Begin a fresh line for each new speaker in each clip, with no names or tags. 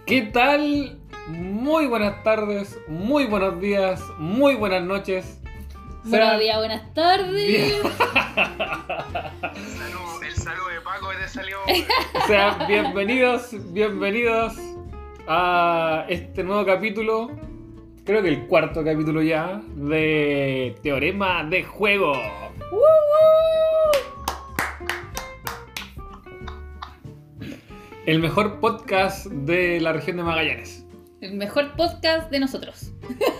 ¿Qué tal? Muy buenas tardes, muy buenos días, muy buenas noches.
Buenos días, buenas tardes.
El saludo de Paco te salió.
Sean bienvenidos a este nuevo capítulo, creo que el cuarto capítulo ya, de Teorema de Juego. El mejor podcast de la región de Magallanes.
El mejor podcast de nosotros.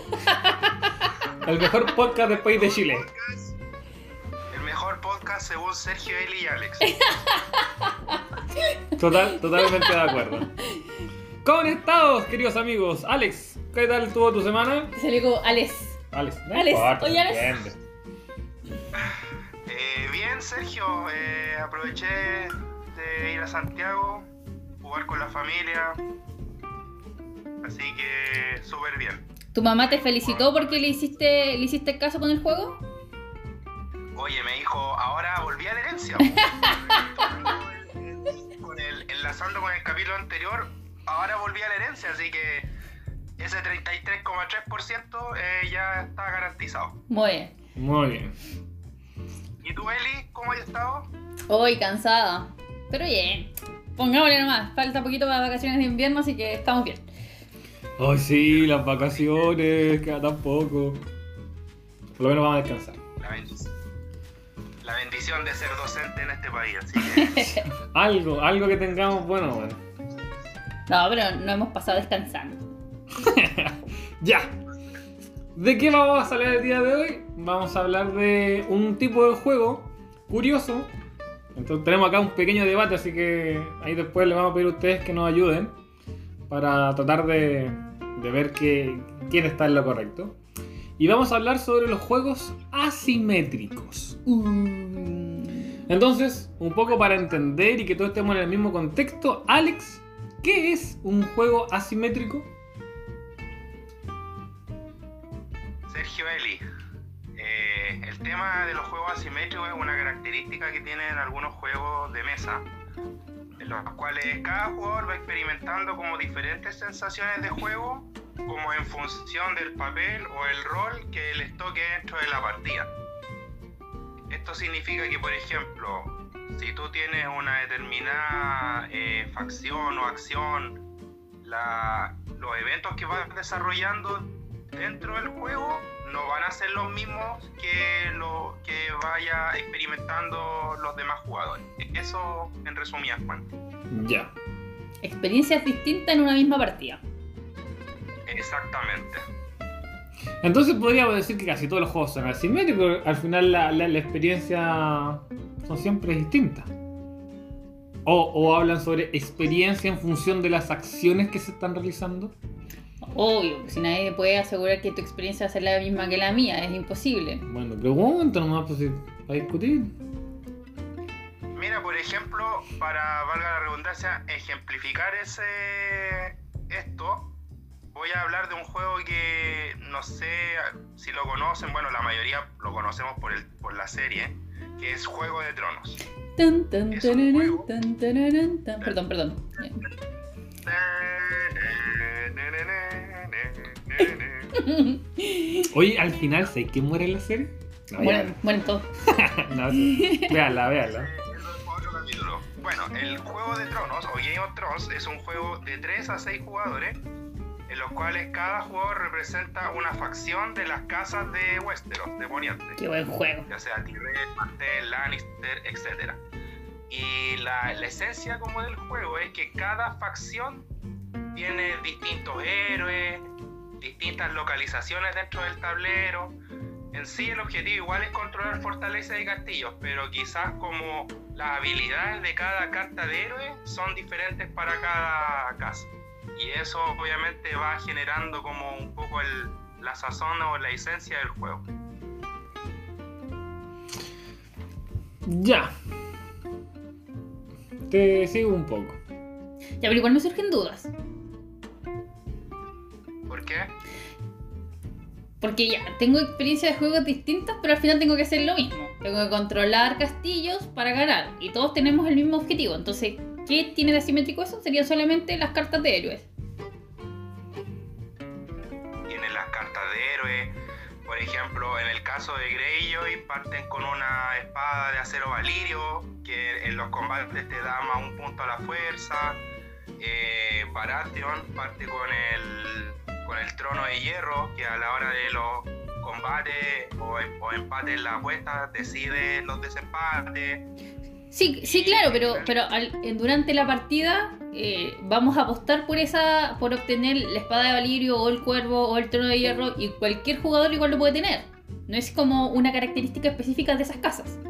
El mejor podcast del país de Chile.
El mejor podcast según Sergio, Eli y Alex.
Totalmente de acuerdo. ¿Cómo han estado, queridos amigos? Alex, ¿qué tal estuvo tu semana?
Te salió como Alex.
Alex, no
Alex,
importa,
oye, Alex.
entiende.
Bien, Sergio, aproveché de ir a Santiago, jugar con la familia. Así que súper bien.
¿Tu mamá te felicitó porque le hiciste caso con el juego?
Oye, me dijo, ahora volví a la herencia. Enlazando con el capítulo anterior, ahora volví a la herencia, así que ese 33,3% ya está garantizado.
Muy bien.
Muy bien.
¿Y tú, Eli, cómo has estado?
Hoy cansada, pero bien. Pongámosle nomás, falta poquito para vacaciones de invierno, así que estamos bien.
Ay, sí, las vacaciones, queda tan poco. Por lo menos vamos a descansar.
La bendición de ser docente en este país, así que...
Algo que tengamos bueno.
No, pero no hemos pasado descansando.
Ya. ¿De qué vamos a hablar el día de hoy? Vamos a hablar de un tipo de juego curioso. Entonces tenemos acá un pequeño debate, así que ahí después les vamos a pedir a ustedes que nos ayuden para tratar de ver quién está en lo correcto. Y vamos a hablar sobre los juegos asimétricos. Entonces, un poco para entender y que todos estemos en el mismo contexto, Alex, ¿qué es un juego asimétrico?
Sergio, Eli, el tema de los juegos asimétricos es una característica que tienen algunos juegos de mesa, en los cuales cada jugador va experimentando como diferentes sensaciones de juego, como en función del papel o el rol que les toque dentro de la partida. Esto significa que, por ejemplo, si tú tienes una determinada facción o acción, los eventos que vas desarrollando dentro del juego no van a ser los mismos que lo que vaya experimentando los demás jugadores. Eso en resumidas cuentas.
Ya.
Experiencias distintas en una misma partida.
Exactamente.
Entonces podríamos decir que casi todos los juegos son asimétricos. Al final la experiencia son siempre distintas. O hablan sobre experiencia en función de las acciones que se están realizando.
Obvio, si nadie puede asegurar que tu experiencia va a ser la misma que la mía, es imposible.
Bueno, pregunta nomás pues, para discutir.
Mira, por ejemplo, para, valga la redundancia, ejemplificar esto, voy a hablar de un juego que no sé si lo conocen, bueno, la mayoría lo conocemos por la serie, que es Juego de Tronos. Es un juego.
Perdón.
Oye, al final, ¿sabes quién muere en la serie? No,
Mueren todos.
No, sí. Véanla.
Eso es otro capítulo. Bueno, el Juego de Tronos o Game of Thrones es un juego de 3 a 6 jugadores, en los cuales cada jugador representa una facción de las casas de Westeros, de Poniente.
Qué buen juego.
Ya sea Tyrell, Martell, Lannister, etc. Y la esencia como del juego es que cada facción tiene distintos héroes, distintas localizaciones dentro del tablero. En sí el objetivo igual es controlar fortalezas y castillos, pero quizás como las habilidades de cada carta de héroe son diferentes para cada casa. Y eso obviamente va generando como un poco la sazón o la esencia del juego.
Ya. Te sigo un poco.
Ya, pero igual me surgen dudas.
¿Por qué?
Porque ya, tengo experiencia de juegos distintas, pero al final tengo que hacer lo mismo. Tengo que controlar castillos para ganar. Y todos tenemos el mismo objetivo. Entonces, ¿qué tiene de asimétrico eso? Serían solamente las cartas de héroes.
por ejemplo, en el caso de Greyjoy parten con una espada de acero valirio, que en los combates te da más un punto a la fuerza. Baratheon parte con el trono de hierro, que a la hora de los combates o empates en la apuesta decide los desempates.
Sí, claro, pero durante la partida vamos a apostar por obtener la espada de Valirio o el cuervo o el trono de hierro, y cualquier jugador igual lo puede tener. No es como una característica específica de esas casas.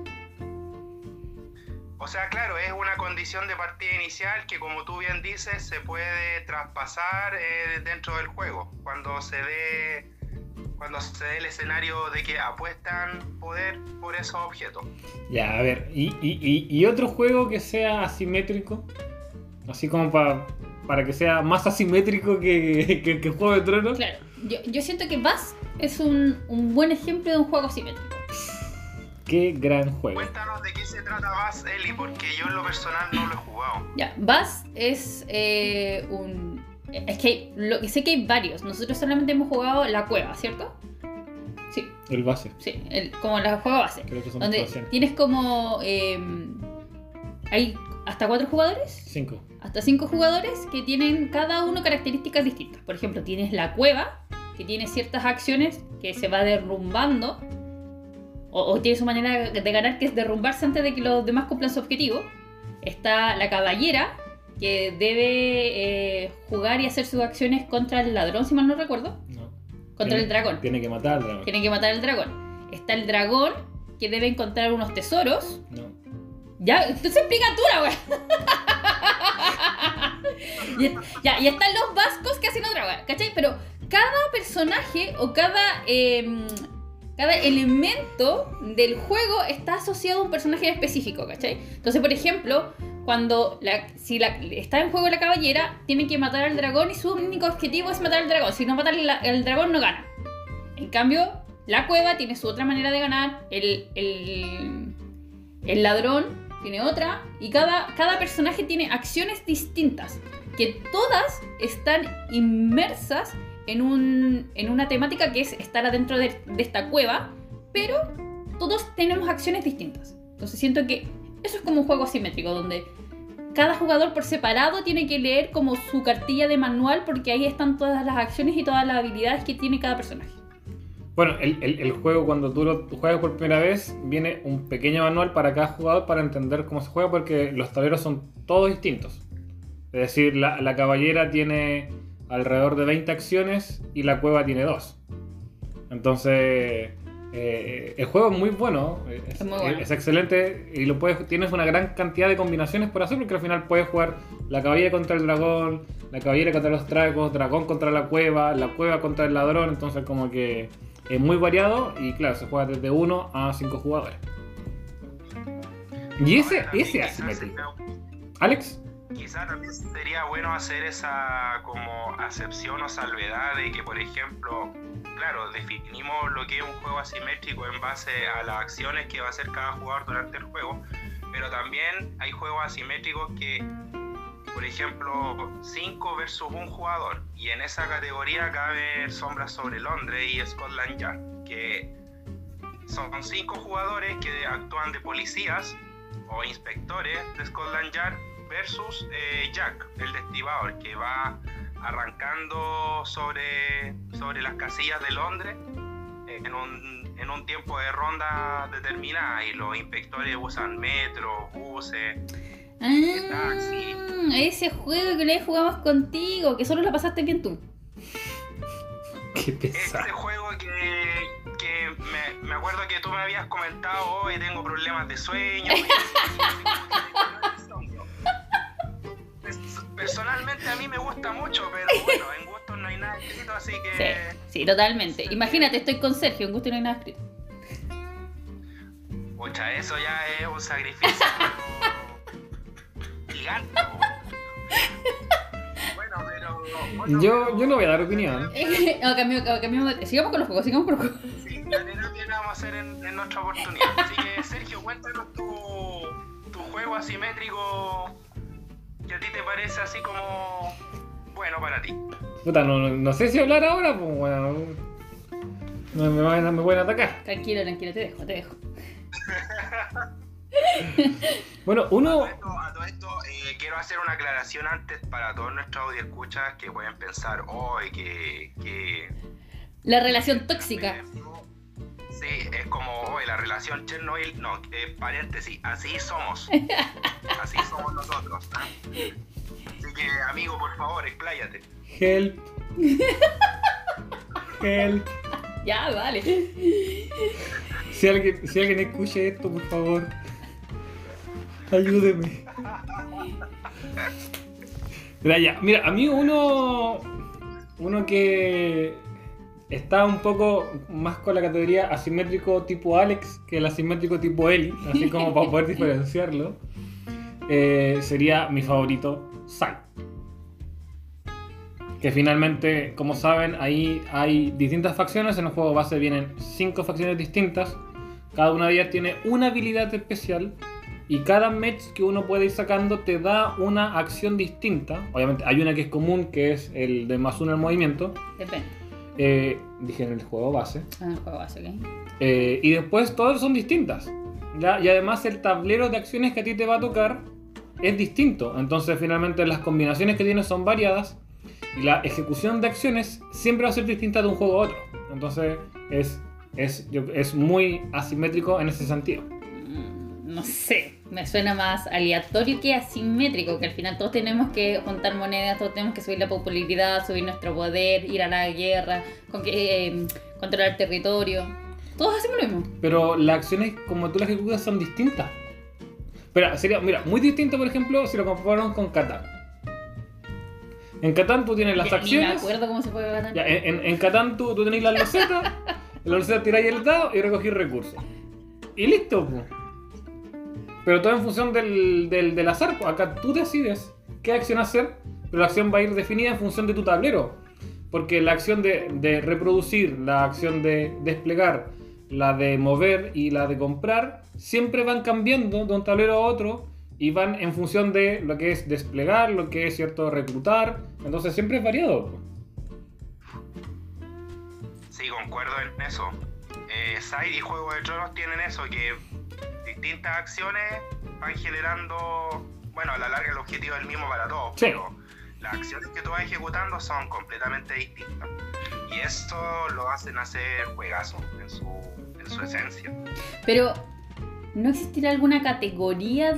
O sea, claro, es una condición de partida inicial que, como tú bien dices, se puede traspasar dentro del juego. Cuando se dé el escenario de que apuestan poder por esos objetos.
Ya, a ver, ¿y otro juego que sea asimétrico? Así como para que sea más asimétrico que Juego de Tronos.
Claro, yo siento que Bast es un buen ejemplo de un juego asimétrico.
Qué gran juego.
Cuéntanos de qué se trata Bast, Eli, porque yo en lo personal no lo he jugado.
Ya, Bast es un... Es que sé que hay varios. Nosotros solamente hemos jugado la cueva, ¿cierto? Sí.
El base.
Sí, como la juego base.
Creo que son
donde
200.
tienes como... hay hasta 4 jugadores.
5.
Hasta 5 jugadores que tienen cada uno características distintas. Por ejemplo, tienes la cueva, que tiene ciertas acciones que se va derrumbando. O tiene su manera de ganar, que es derrumbarse antes de que los demás cumplan su objetivo. Está la caballera, que debe jugar y hacer sus acciones contra el ladrón, si mal no recuerdo.
No.
Contra el dragón.
Tiene que matar al dragón.
Tienen que matar al dragón. Está el dragón, que debe encontrar unos tesoros.
No.
Ya, entonces explica tú la wea. Y están los vascos que hacen otra wea, ¿cachai? Pero cada personaje o cada elemento del juego está asociado a un personaje específico, ¿cachai? Entonces, por ejemplo, si está en juego la caballera, tienen que matar al dragón y su único objetivo es matar al dragón. Si no matan al dragón, no gana. En cambio, la cueva tiene su otra manera de ganar, el ladrón tiene otra, y cada personaje tiene acciones distintas, que todas están inmersas en una temática que es estar adentro de esta cueva, pero todos tenemos acciones distintas. Entonces siento que eso es como un juego asimétrico, donde cada jugador por separado tiene que leer como su cartilla de manual, porque ahí están todas las acciones y todas las habilidades que tiene cada personaje.
Bueno, el juego, cuando tú lo juegas por primera vez, viene un pequeño manual para cada jugador para entender cómo se juega, porque los tableros son todos distintos. Es decir, la caballera tiene alrededor de 20 acciones y la cueva tiene 2. Entonces, el juego es muy bueno,
Es muy bueno.
es excelente, y tienes una gran cantidad de combinaciones por hacer, porque al final puedes jugar la caballera contra el dragón, la caballera contra los dragos, dragón contra la cueva contra el ladrón. Entonces como que es muy variado, y claro, se juega desde 1 a 5 jugadores. Y ese es asimétrico. ¿Alex?
Quizá también sería bueno hacer esa como acepción o salvedad de que, por ejemplo, claro, definimos lo que es un juego asimétrico en base a las acciones que va a hacer cada jugador durante el juego, pero también hay juegos asimétricos que, por ejemplo, 5 versus 1 jugador, y en esa categoría cabe Sombras sobre Londres y Scotland Yard, que son 5 jugadores que actúan de policías o inspectores de Scotland Yard versus Jack, el destripador, que va arrancando sobre las casillas de Londres en un tiempo de ronda determinada, y los inspectores usan metro, buses, taxi.
Ese juego que le jugamos contigo, que solo lo pasaste bien tú.
Qué pesado.
Este juego que me acuerdo que tú me habías comentado, hoy tengo problemas de sueño. Personalmente a mí me gusta mucho, pero bueno, en gustos no hay nada escrito, así que...
Sí, totalmente. Imagínate, estoy con Sergio, en gusto no hay nada escrito.
Pucha, eso ya es un sacrificio gigante. Bueno,
Yo no voy a dar opinión.
Sigamos con los juegos.
Sí, la terapia la vamos a hacer en otra oportunidad. Así que, Sergio, cuéntanos tu juego asimétrico que a ti te parece así como bueno para ti.
Puta, no sé si hablar ahora, pues bueno. Me pueden atacar.
Tranquilo, te dejo.
Bueno, uno...
A todo esto, quiero hacer una aclaración antes para todos nuestros audioescuchas que pueden pensar, que
La relación tóxica.
sí, es como la relación Chernobyl, no, paréntesis, así somos. Así somos nosotros. ¿Eh? Así que, amigo, por favor, expláyate.
Help. Help.
Ya, vale.
Si alguien escuche esto, por favor, ayúdeme. Mira, a mí uno que está un poco más con la categoría asimétrico tipo Alex que el asimétrico tipo Eli, así como para poder diferenciarlo, sería mi favorito, Zack. Que finalmente, como saben, ahí hay distintas facciones. En el juego base vienen 5 facciones distintas. Cada una de ellas tiene una habilidad especial. Y cada match que uno puede ir sacando te da una acción distinta. Obviamente hay una que es común, que es el de +1 al movimiento.
Depende.
Dije en el juego base.
En el juego base, ¿ok?
Y después todas son distintas, ¿ya? Y además el tablero de acciones que a ti te va a tocar es distinto. Entonces finalmente las combinaciones que tienes son variadas. Y la ejecución de acciones siempre va a ser distinta de un juego a otro. Entonces es muy asimétrico en ese sentido.
No sé, me suena más aleatorio que asimétrico, que al final todos tenemos que juntar monedas, todos tenemos que subir la popularidad, subir nuestro poder, ir a la guerra, controlar territorio. Todos hacemos lo mismo.
Pero las acciones como tú las ejecutas son distintas. Pero sería, mira, muy distinto, por ejemplo, si lo comparamos con Catán. En Catán tú tienes las acciones.
Ni me acuerdo cómo se juega Catán.
Ya, en Catán tú tenés la loseta, en la loseta tiráis el dado y recogís recursos. Y listo, pues. Pero todo en función del azar. Pues. Acá tú decides qué acción hacer, pero la acción va a ir definida en función de tu tablero. Porque la acción de reproducir, la acción de desplegar, la de mover y la de comprar, siempre van cambiando de un tablero a otro. Y van en función de lo que es desplegar, lo que es, cierto, reclutar. Entonces siempre es variado.
Sí, concuerdo en eso. Side y Juego de Tronos tienen eso, que distintas acciones van generando... Bueno, a la larga el objetivo es el mismo para todos,
sí.
Pero las acciones que tú vas ejecutando son completamente distintas. Y eso lo hacen hacer juegazo en su esencia.
Pero... ¿no existirá alguna categoría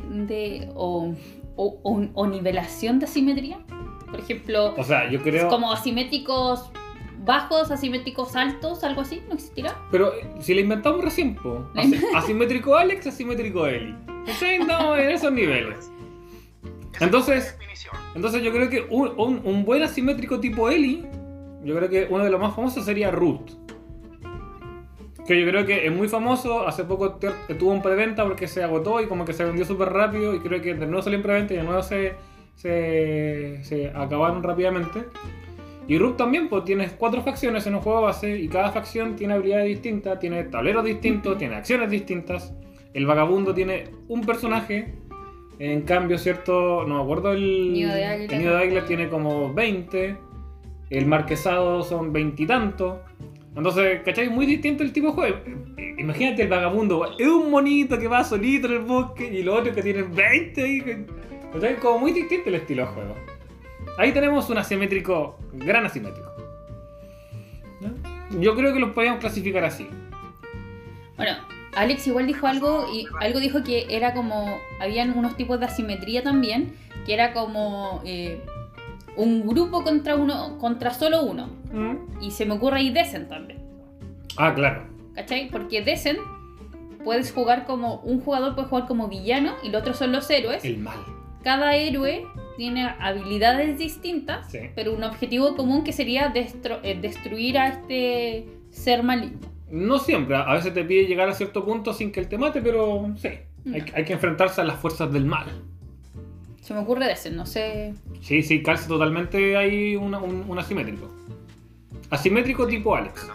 o nivelación de asimetría? Por ejemplo,
O sea, yo creo...
como asimétricos bajos, asimétricos altos, algo así, ¿no existirá?
Pero si la inventamos recién, po. Asimétrico Alex, asimétrico Eli. Estamos en esos niveles. Entonces yo creo que un buen asimétrico tipo Eli, yo creo que uno de los más famosos sería Root. Que yo creo que es muy famoso. Hace poco tuvo un preventa porque se agotó y como que se vendió súper rápido. Y creo que de nuevo salió en preventa y de nuevo se acabaron rápidamente. Y Root también, pues tienes 4 facciones en un juego base. Y cada facción tiene habilidades distintas, tiene tableros distintos, tiene acciones distintas. El vagabundo tiene un personaje. En cambio, cierto, no me acuerdo, el Nido de Águila tiene como 20. El Marquesado son 20 y tantos. Entonces, ¿cachai? Muy distinto el tipo de juego. Imagínate el vagabundo, es un monito que va solito en el bosque y los otros que tienen 20 ahí. ¿Cachai? Como muy distinto el estilo de juego. Ahí tenemos un asimétrico, gran asimétrico. ¿No? Yo creo que los podríamos clasificar así.
Bueno, Alex igual dijo algo y algo dijo que era como, habían unos tipos de asimetría también, que era como un grupo contra solo uno. Y se me ocurre ahí Descent también.
Ah, claro.
¿Cachai? Porque Descent puedes jugar como... un jugador puede jugar como villano y los otros son los héroes.
El mal.
Cada héroe tiene habilidades distintas,
Sí.
pero un objetivo común que sería destruir a este ser maligno.
No siempre, a veces te pide llegar a cierto punto sin que él te mate, pero sí.
No.
Hay que enfrentarse a las fuerzas del mal.
Se me ocurre Descent, no sé...
Sí, calza totalmente ahí un asimétrico. Asimétrico tipo Alex.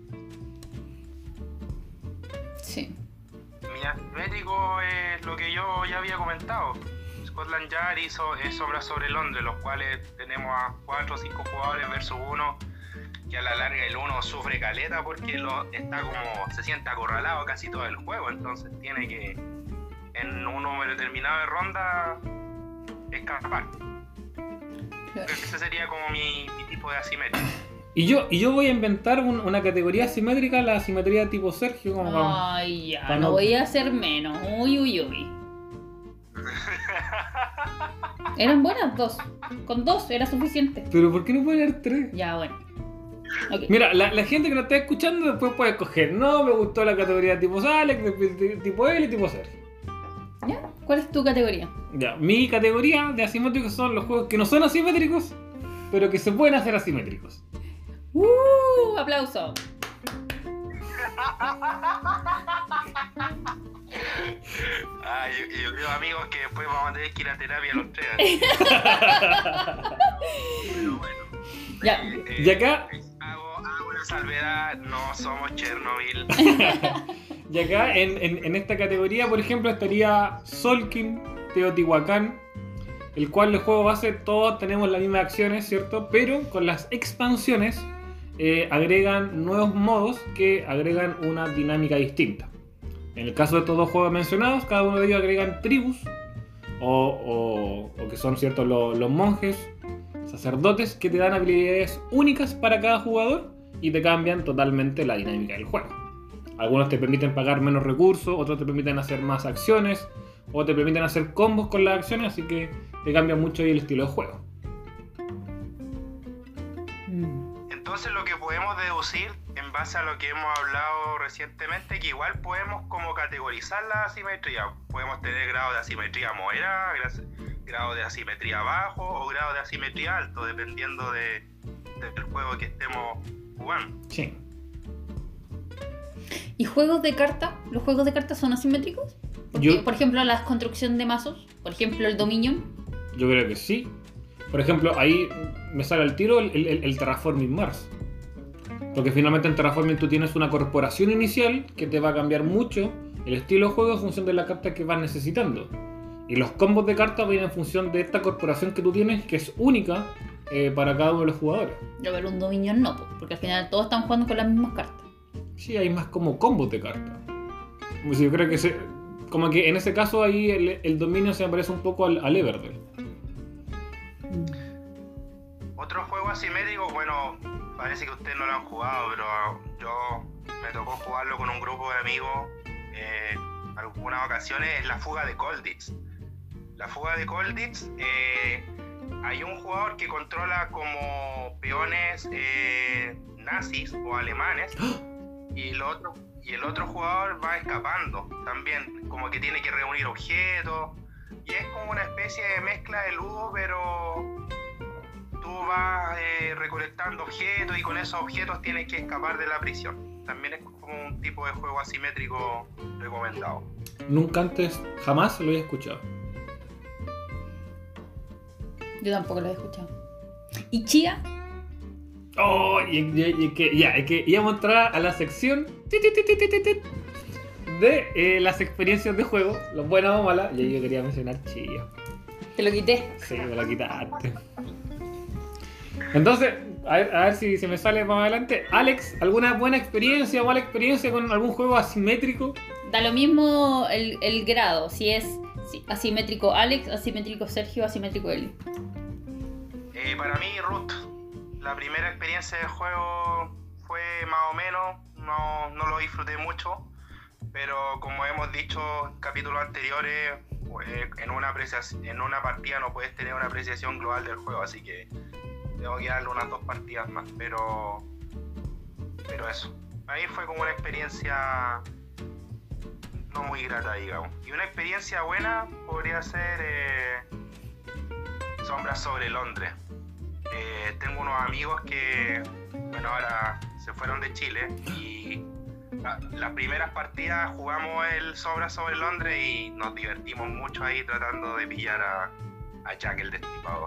Sí.
Mi asimétrico es lo que yo ya había comentado. Scotland Yard hizo Sombras sobre Londres, los cuales tenemos a 4 o 5 jugadores versus 1 que a la larga el uno sufre caleta porque se siente acorralado casi todo el juego, entonces tiene que en un número determinado de ronda escapar. Creo que ese sería como mi tipo de asimetría.
Y yo voy a inventar una categoría asimétrica, la asimetría tipo Sergio. Como
Ay, ya, no voy a hacer menos. Uy. Eran buenas dos. Con dos era suficiente.
Pero ¿por qué no poner 3?
Ya, bueno. Okay.
Mira, la gente que nos está escuchando después puede escoger. No, me gustó la categoría tipo Alex, tipo él y tipo Sergio.
¿Ya? ¿Cuál es tu categoría?
Ya, mi categoría de asimétricos son los juegos que no son asimétricos, pero que se pueden hacer asimétricos.
Aplauso.
Yo creo, amigos, que después vamos a tener que ir a terapia los tres. Pero bueno.
Ya.
Y acá
hago una salvedad, no somos Chernobyl.
Y acá en esta categoría, por ejemplo, estaría Solkin, Teotihuacán, el cual el juego base todos tenemos las mismas acciones, ¿cierto? Pero con las expansiones agregan nuevos modos que agregan una dinámica distinta. En el caso de estos dos juegos mencionados, cada uno de ellos agregan tribus o que son, ¿cierto?, los monjes, sacerdotes, que te dan habilidades únicas para cada jugador y te cambian totalmente la dinámica del juego. Algunos te permiten pagar menos recursos, otros te permiten hacer más acciones, o te permiten hacer combos con las acciones, así que te cambia mucho ahí el estilo de juego.
Entonces lo que podemos deducir, en base a lo que hemos hablado recientemente, que igual podemos como categorizar la asimetría. Podemos tener grado de asimetría moderada, grado de asimetría bajo o grado de asimetría alto, dependiendo del juego que estemos jugando.
Sí.
¿Y juegos de carta? ¿Los juegos de cartas son asimétricos? Porque, por ejemplo, la construcción de mazos, por ejemplo, el Dominion.
Yo creo que sí. Por ejemplo, ahí me sale al tiro el Terraforming Mars. Porque finalmente en Terraforming tú tienes una corporación inicial que te va a cambiar mucho el estilo de juego en función de la carta que vas necesitando. Y los combos de cartas vienen en función de esta corporación que tú tienes, que es única para cada uno de los jugadores.
Yo ver un Dominion no, porque al final todos están jugando con las mismas cartas.
Sí, hay más como combos de cartas. Yo creo que como que en ese caso ahí el Dominion se me parece un poco al Everdell.
Otro juego asimétrico, bueno, parece que ustedes no lo han jugado, pero yo me tocó jugarlo con un grupo de amigos algunas ocasiones, es la fuga de Colditz. La fuga de Colditz, hay un jugador que controla como peones nazis o alemanes y el otro jugador va escapando también, como que tiene que reunir objetos y es como una especie de mezcla de Ludo, pero tú vas recolectando objetos y con esos objetos tienes que escapar de la prisión. También es como un tipo de juego asimétrico recomendado.
Nunca antes, jamás lo había escuchado.
Yo tampoco lo he escuchado. ¿Y Chía?
Oh, es que íbamos a entrar a la sección de las experiencias de juego, las buenas o malas, y yo quería mencionar Chía.
Te lo quité.
Sí, me la quitaste. Entonces, a ver si me sale más adelante. Alex, ¿alguna buena experiencia o mala experiencia con algún juego asimétrico?
Da lo mismo el grado, si es asimétrico Alex, asimétrico Sergio, asimétrico Eli.
Para mí, Root, la primera experiencia de juego fue más o menos, no lo disfruté mucho, pero como hemos dicho en capítulos anteriores, en una partida no puedes tener una apreciación global del juego, así que tengo que darle unas 2 partidas más, pero eso. Ahí fue como una experiencia no muy grata, digamos. Y una experiencia buena podría ser Sombras sobre Londres. Tengo unos amigos que, bueno, ahora se fueron de Chile y las primeras partidas jugamos el Sombras sobre Londres y nos divertimos mucho ahí tratando de pillar a Jack el Destripador.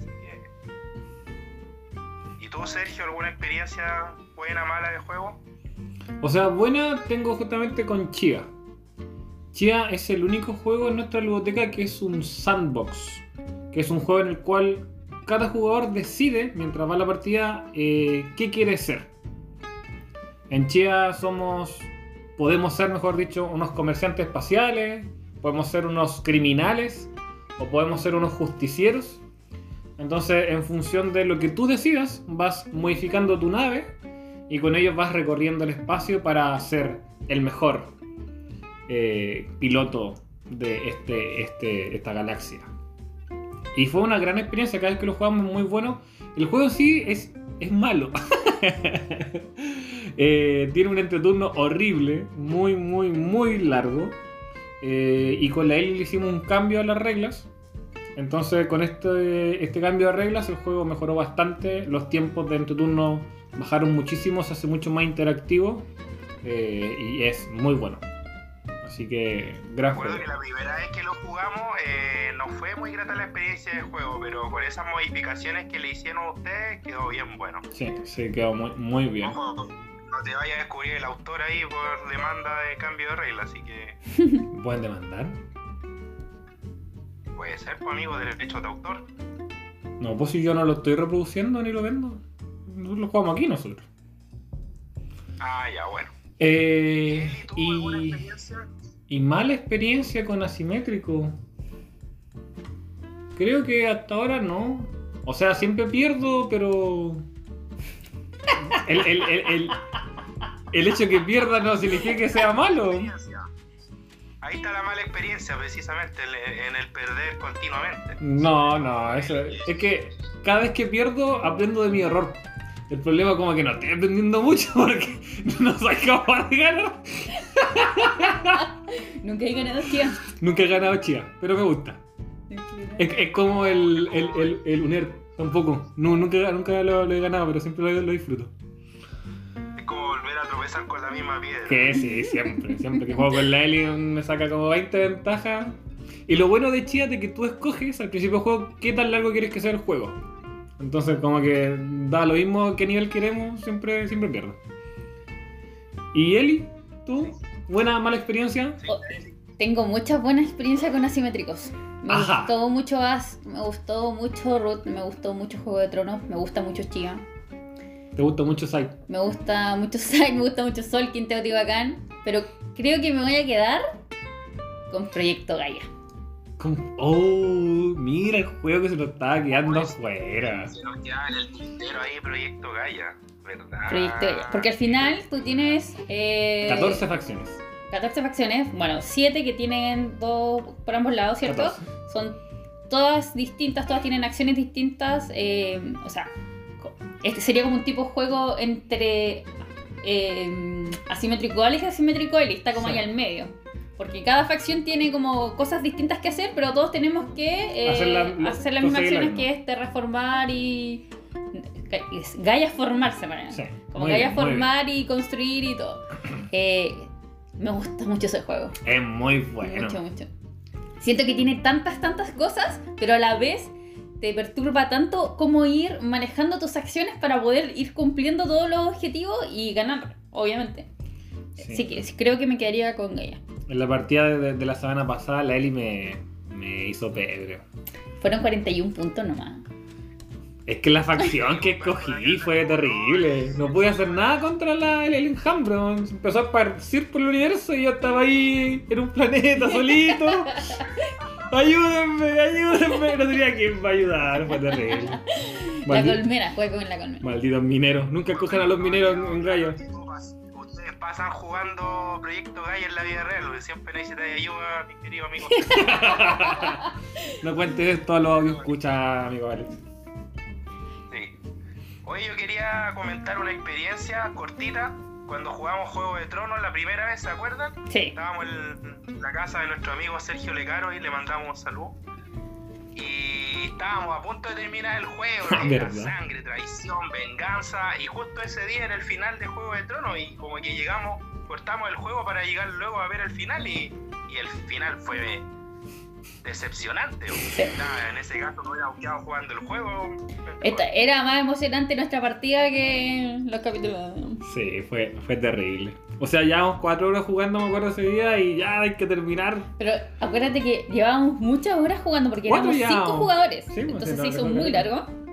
¿Y tú, Sergio, alguna experiencia buena, mala de juego?
O sea, buena tengo justamente con Chía. Chía es el único juego en nuestra biblioteca que es un sandbox, que es un juego en el cual cada jugador decide, mientras va la partida, qué quiere ser. En Chía podemos ser, mejor dicho, unos comerciantes espaciales, podemos ser unos criminales, o podemos ser unos justicieros. Entonces, en función de lo que tú decidas, vas modificando tu nave y con ello vas recorriendo el espacio para ser el mejor piloto de esta galaxia. Y fue una gran experiencia, cada vez que lo jugamos muy bueno. El juego en sí es malo. Tiene un entreturno horrible, muy, muy, muy largo. Y con la Eli le hicimos un cambio a las reglas. Entonces con este cambio de reglas el juego mejoró bastante. Los tiempos de entreturno bajaron muchísimo, se hace mucho más interactivo. Y es muy bueno. Así que gran juego.
Recuerdo que la primera vez que lo jugamos no fue muy grata la experiencia del juego, pero con esas modificaciones que le hicieron a ustedes quedó bien bueno.
Sí, quedó muy, muy bien.
Ojo, no te vayas a descubrir el autor ahí por demanda de cambio de reglas, así que...
¿Pueden demandar?
Puede ser, pues amigo, derechos de autor.
No, pues si yo no lo estoy reproduciendo ni lo vendo. Nosotros lo jugamos aquí nosotros.
Ah, ya, bueno.
Y
¿Alguna experiencia?
Y mala experiencia con asimétrico. Creo que hasta ahora no. O sea, siempre pierdo, pero... El hecho de que pierda no significa que sea malo.
Ahí está la mala experiencia, precisamente, en el perder continuamente.
No, eso es que cada vez que pierdo aprendo de mi error. El problema como que no estoy aprendiendo mucho porque no soy capaz de ganar.
Nunca he ganado Chía.
Nunca he ganado Chía, pero me gusta. Es como el UNER, tampoco. Nunca lo he ganado, pero siempre lo disfruto.
Es como volver a tropezar con la misma piedra.
Que sí, siempre que juego con la Eli me saca como 20 ventajas. Y lo bueno de Chía es que tú escoges al principio del juego qué tan largo quieres que sea el juego. Entonces como que da lo mismo qué nivel queremos, siempre pierdo. ¿Y Eli? ¿Tú? ¿Buena mala experiencia?
Tengo muchas buenas experiencias con asimétricos. Me
Ajá.
gustó mucho As, me gustó mucho Root, me gustó mucho Juego de Tronos, me gusta mucho Chía.
¿Te gusta mucho Sai?
Me gusta mucho Sai, me gusta mucho Sol, Teotihuacán, pero creo que me voy a quedar con Proyecto Gaia.
Oh, mira el juego que se nos estaba quedando afuera.
Se nos queda en el tintero ahí Proyecto Gaia, ¿verdad?
Proyecto Gaia. Porque al final tú tienes
14 facciones.
14 facciones, bueno, 7 que tienen 2 por ambos lados, ¿cierto?
14.
Son todas distintas, todas tienen acciones distintas. O sea, este sería como un tipo de juego entre asimétrico Alex y asimétrico Eli, está como
Sí.
ahí al medio. Porque cada facción tiene como cosas distintas que hacer, pero todos tenemos que hacer las mismas acciones, que es terraformar y... Gaia formarse, para
Sí,
como
muy
Gaia
bien, muy
formar y construir y todo. Me gusta mucho ese juego.
Es muy bueno.
Mucho. Siento que tiene tantas cosas, pero a la vez te perturba tanto cómo ir manejando tus acciones para poder ir cumpliendo todos los objetivos y ganar, obviamente.
Sí.
Así que creo que me quedaría con Gaia.
En la partida de la semana pasada, la Eli me hizo pedre.
Fueron 41 puntos nomás.
Es que la facción que escogí fue terrible. No pude hacer nada contra el enjambre. Empezó a esparcir por el universo y yo estaba ahí en un planeta solito. Ayúdenme. No tenía quien me ayudar. Fue terrible.
La colmena, juego en la colmena.
Malditos mineros. Nunca escogen a los mineros en rayos.
Ustedes pasan jugando Proyecto Gaia en la vida real, porque siempre necesitan ayuda, mi querido amigo.
No cuentes esto a los audios escucha, amigo Alex.
Sí. Hoy yo quería comentar una experiencia cortita. Cuando jugamos Juego de Tronos la primera vez, ¿se acuerdan?
Sí.
Estábamos en la casa de nuestro amigo Sergio Lecaro y le mandamos salud. Y estábamos a punto de terminar el juego,
¿Verdad?
sangre, traición, venganza, y justo ese día era el final de Juego de Tronos y como que llegamos, cortamos el juego para llegar luego a ver el final y el final fue decepcionante.
Sí.
Nada, en ese caso no hubiera quedado jugando el juego.
Era más emocionante nuestra partida que los capítulos.
Sí, fue terrible. O sea, llevamos 4 horas jugando, me acuerdo ese día, y ya hay que terminar.
Pero acuérdate que llevábamos muchas horas jugando porque
¿Cuánto
éramos 5
llevábamos?
jugadores.
Sí, pues,
entonces
sí,
se hizo
no,
muy
no.
largo.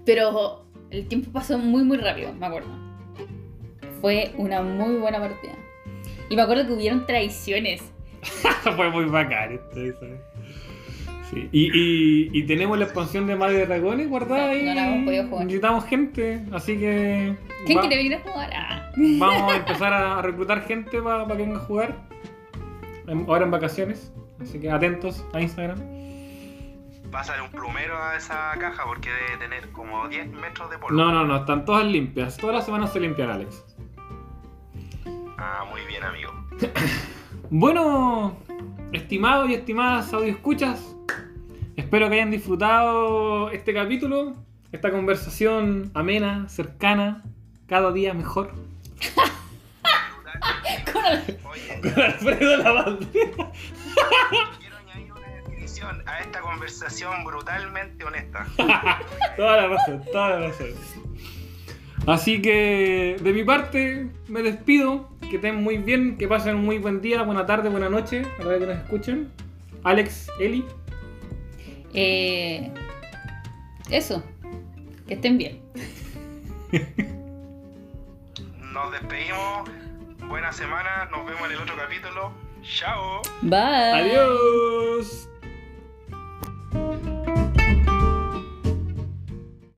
Pero el tiempo pasó muy muy rápido, me acuerdo. Fue una muy buena partida. Y me acuerdo que hubieron traiciones.
Fue muy bacán esto, ¿sabes? Sí. Y tenemos la expansión de Madre de Dragones guardada ahí.
No la hemos podido jugar.
Necesitamos gente, así que...
¿Quién quiere venir a jugar? Ah.
Vamos a empezar a reclutar gente para que venga a jugar. Ahora en vacaciones. Así que atentos a Instagram.
Pásale un plumero a esa caja porque debe tener como 10 metros de polvo.
No, están todas limpias. Todas las semanas se limpian, Alex.
Ah, muy bien, amigo.
Bueno, estimados y estimadas audioescuchas, espero que hayan disfrutado este capítulo, esta conversación amena, cercana, cada día mejor.
Oye,
Con Alfredo Lavandera.
quiero añadir una definición a esta conversación brutalmente honesta.
Toda la razón. Así que, de mi parte, me despido. Que estén muy bien, que pasen un muy buen día, buena tarde, buena noche, a la hora que nos escuchen. Alex, Eli.
Eso. Que estén bien.
Nos despedimos. Buena semana. Nos vemos en el otro capítulo. Chao.
Bye.
Adiós.